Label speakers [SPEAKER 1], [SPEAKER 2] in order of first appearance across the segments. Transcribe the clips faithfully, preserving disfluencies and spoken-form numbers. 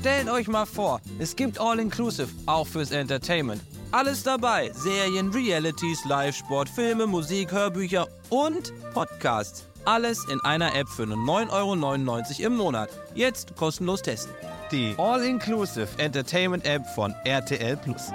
[SPEAKER 1] Stellt euch mal vor, es gibt All-Inclusive, auch fürs Entertainment. Alles dabei, Serien, Realities, Live-Sport, Filme, Musik, Hörbücher und Podcasts. Alles in einer App für nur neun Euro neunundneunzig im Monat. Jetzt kostenlos testen. Die All-Inclusive Entertainment App von R T L Plus.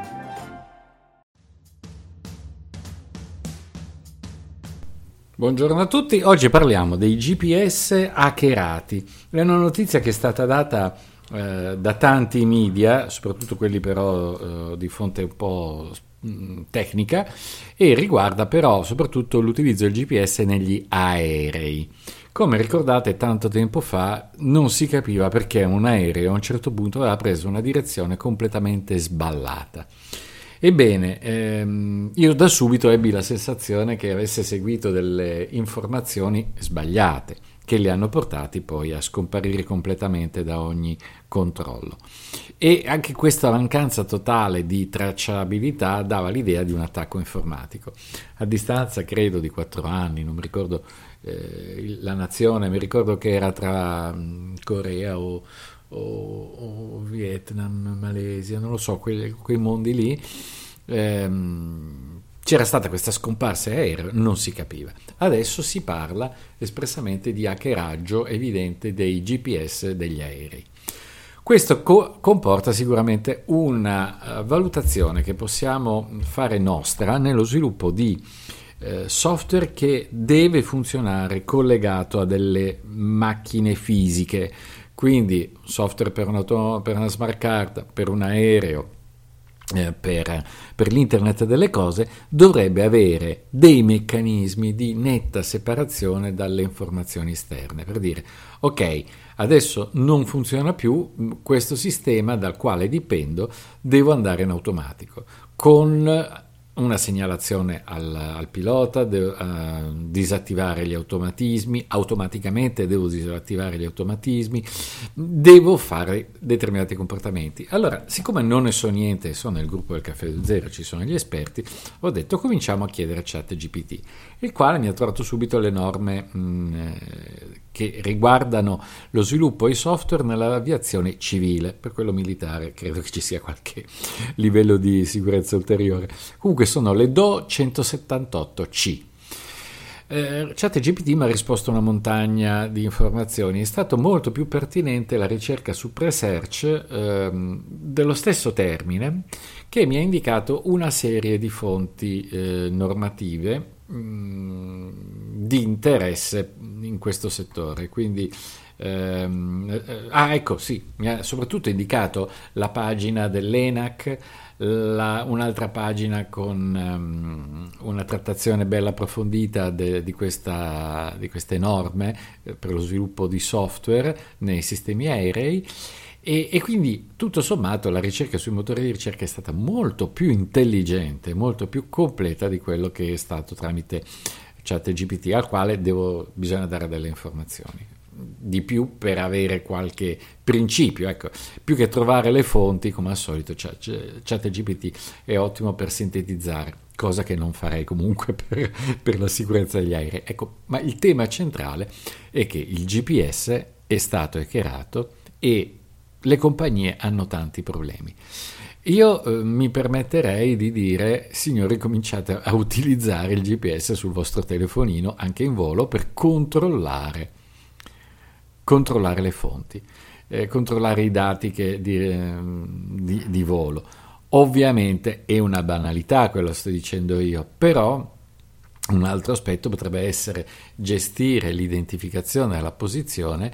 [SPEAKER 2] Buongiorno a tutti, oggi parliamo dei G P S hackerati. È una notizia che è stata data eh, da tanti media, soprattutto quelli però eh, di fonte un po' mh, tecnica, e riguarda però soprattutto l'utilizzo del G P S negli aerei. Come ricordate, tanto tempo fa non si capiva perché un aereo a un certo punto aveva preso una direzione completamente sballata. Ebbene, ehm, io da subito ebbi la sensazione che avesse seguito delle informazioni sbagliate, che li hanno portati poi a scomparire completamente da ogni controllo. E anche questa mancanza totale di tracciabilità dava l'idea di un attacco informatico. A distanza, credo, di quattro anni, non mi ricordo eh, la nazione, mi ricordo che era tra mh, Corea o O, o Vietnam, Malesia, non lo so, quei, quei mondi lì, ehm, c'era stata questa scomparsa aerea, non si capiva. Adesso si parla espressamente di hackeraggio evidente dei G P S degli aerei. Questo co- comporta sicuramente una uh, valutazione che possiamo fare nostra nello sviluppo di uh, software che deve funzionare collegato a delle macchine fisiche. Quindi software per, un'auto, per una smart card, per un aereo, eh, per, per l'internet delle cose, dovrebbe avere dei meccanismi di netta separazione dalle informazioni esterne, per dire ok, adesso non funziona più questo sistema dal quale dipendo, devo andare in automatico con una segnalazione al, al pilota, devo uh, disattivare gli automatismi, automaticamente devo disattivare gli automatismi, devo fare determinati comportamenti. Allora, siccome non ne so niente, sono nel gruppo del Caffè Zero, ci sono gli esperti, ho detto cominciamo a chiedere a ChatGPT, il quale mi ha trovato subito le norme mh, che riguardano lo sviluppo e i software nell'aviazione civile. Per quello militare credo che ci sia qualche livello di sicurezza ulteriore. Comunque sono le D O centosettantotto C. Eh, ChatGPT mi ha risposto una montagna di informazioni. È stato molto più pertinente la ricerca su Presearch ehm, dello stesso termine, che mi ha indicato una serie di fonti eh, normative mh, di interesse in questo settore. Quindi ehm, eh, ah ecco sì, mi ha soprattutto indicato la pagina dell'ENAC, La, un'altra pagina con um, una trattazione bella approfondita de, di, questa, di queste norme eh, per lo sviluppo di software nei sistemi aerei e, e quindi tutto sommato la ricerca sui motori di ricerca è stata molto più intelligente, molto più completa di quello che è stato tramite ChatGPT, al quale devo, bisogna dare delle informazioni di più per avere qualche principio. Ecco, più che trovare le fonti, come al solito ChatGPT è ottimo per sintetizzare, cosa che non farei comunque per, per la sicurezza degli aerei. Ecco, ma il tema centrale è che il G P S è stato hackerato e le compagnie hanno tanti problemi. Io eh, mi permetterei di dire, signori, cominciate a utilizzare il G P S sul vostro telefonino anche in volo per controllare controllare le fonti, eh, controllare i dati che, di, di, di volo. Ovviamente è una banalità quello che sto dicendo io, però un altro aspetto potrebbe essere gestire l'identificazione della posizione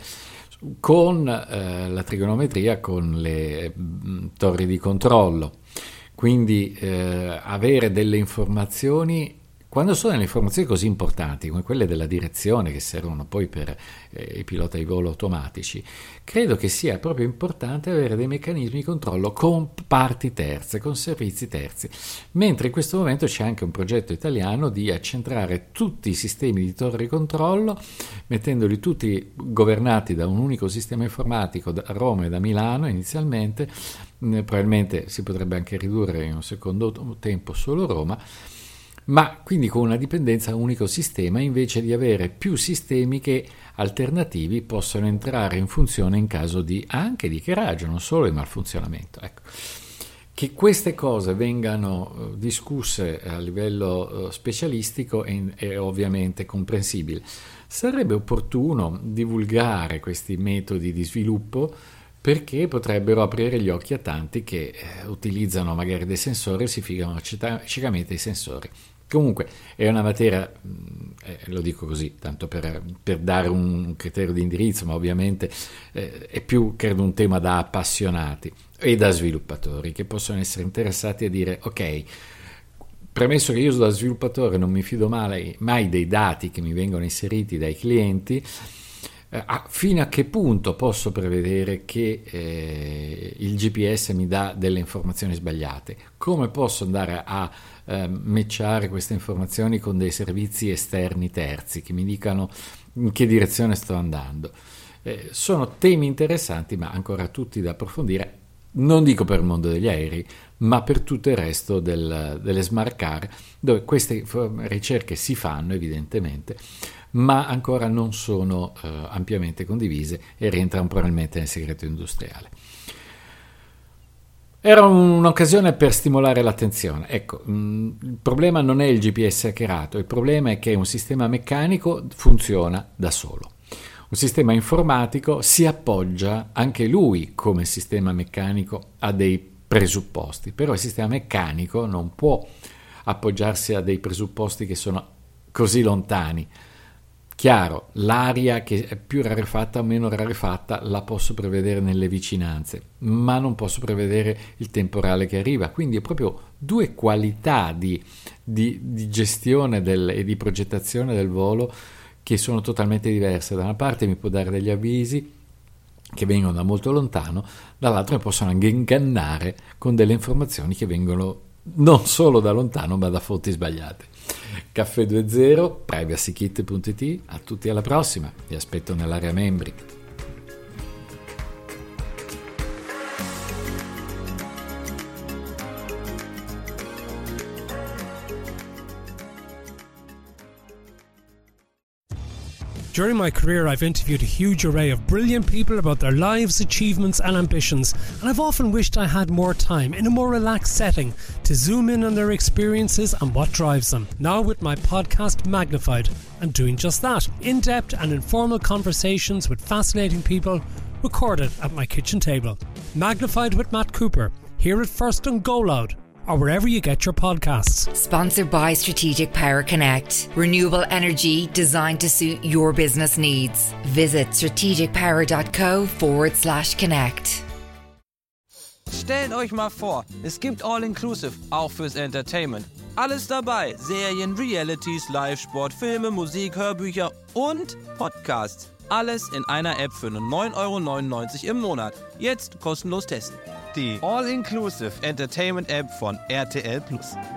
[SPEAKER 2] con eh, la trigonometria, con le mh, torri di controllo, quindi eh, avere delle informazioni. Quando sono delle informazioni così importanti come quelle della direzione, che servono poi per eh, i piloti di volo automatici, credo che sia proprio importante avere dei meccanismi di controllo con parti terze, con servizi terzi, mentre in questo momento c'è anche un progetto italiano di accentrare tutti i sistemi di torre di controllo, mettendoli tutti governati da un unico sistema informatico da Roma e da Milano inizialmente, probabilmente si potrebbe anche ridurre in un secondo tempo solo Roma, ma quindi con una dipendenza a un unico sistema invece di avere più sistemi che alternativi possono entrare in funzione in caso di anche di hackeraggio, non solo di malfunzionamento. Ecco. Che queste cose vengano discusse a livello specialistico è, è ovviamente comprensibile. Sarebbe opportuno divulgare questi metodi di sviluppo perché potrebbero aprire gli occhi a tanti che eh, utilizzano magari dei sensori e si fidano ciecamente dei sensori. Comunque è una materia, eh, lo dico così, tanto per, per dare un criterio di indirizzo, ma ovviamente eh, è più, credo, un tema da appassionati e da sviluppatori che possono essere interessati a dire ok, premesso che io da sviluppatore non mi fido mai, mai dei dati che mi vengono inseriti dai clienti, eh, a, fino a che punto posso prevedere che eh, il G P S mi dà delle informazioni sbagliate? Come posso andare a eh, matchare queste informazioni con dei servizi esterni terzi che mi dicano in che direzione sto andando? Eh, sono temi interessanti, ma ancora tutti da approfondire. Non dico per il mondo degli aerei, ma per tutto il resto del, delle smart car, dove queste ricerche si fanno evidentemente, ma ancora non sono eh, ampiamente condivise e rientrano probabilmente nel segreto industriale. Era un'occasione per stimolare l'attenzione. Ecco, mh, il problema non è il G P S hackerato, il problema è che un sistema meccanico funziona da solo. Un sistema informatico si appoggia anche lui come sistema meccanico a dei presupposti, però il sistema meccanico non può appoggiarsi a dei presupposti che sono così lontani. Chiaro, l'aria che è più rarefatta o meno rarefatta la posso prevedere nelle vicinanze, ma non posso prevedere il temporale che arriva, quindi è proprio due qualità di, di, di gestione del, e di progettazione del volo che sono totalmente diverse. Da una parte mi può dare degli avvisi che vengono da molto lontano, dall'altra mi possono anche ingannare con delle informazioni che vengono non solo da lontano ma da fonti sbagliate. Caffè due zero, privacykit punto it, a tutti alla prossima, vi aspetto nell'area membri.
[SPEAKER 3] During my career, I've interviewed a huge array of brilliant people about their lives, achievements and ambitions, and I've often wished I had more time in a more relaxed setting to zoom in on their experiences and what drives them. Now with my podcast Magnified, I'm doing just that. In-depth and informal conversations with fascinating people recorded at my kitchen table. Magnified with Matt Cooper. Hear it first on Go Loud, or wherever you get your podcasts.
[SPEAKER 4] Sponsored by Strategic Power Connect. Renewable energy designed to suit your business needs. Visit strategicpower.co forward slash connect.
[SPEAKER 1] Stellt euch mal vor, es gibt All-Inclusive, auch fürs Entertainment. Alles dabei, Serien, Realities, Live-Sport, Filme, Musik, Hörbücher und Podcasts. Alles in einer App für nur neun Euro neunundneunzig im Monat. Jetzt kostenlos testen. Die All-Inclusive Entertainment App von R T L Plus.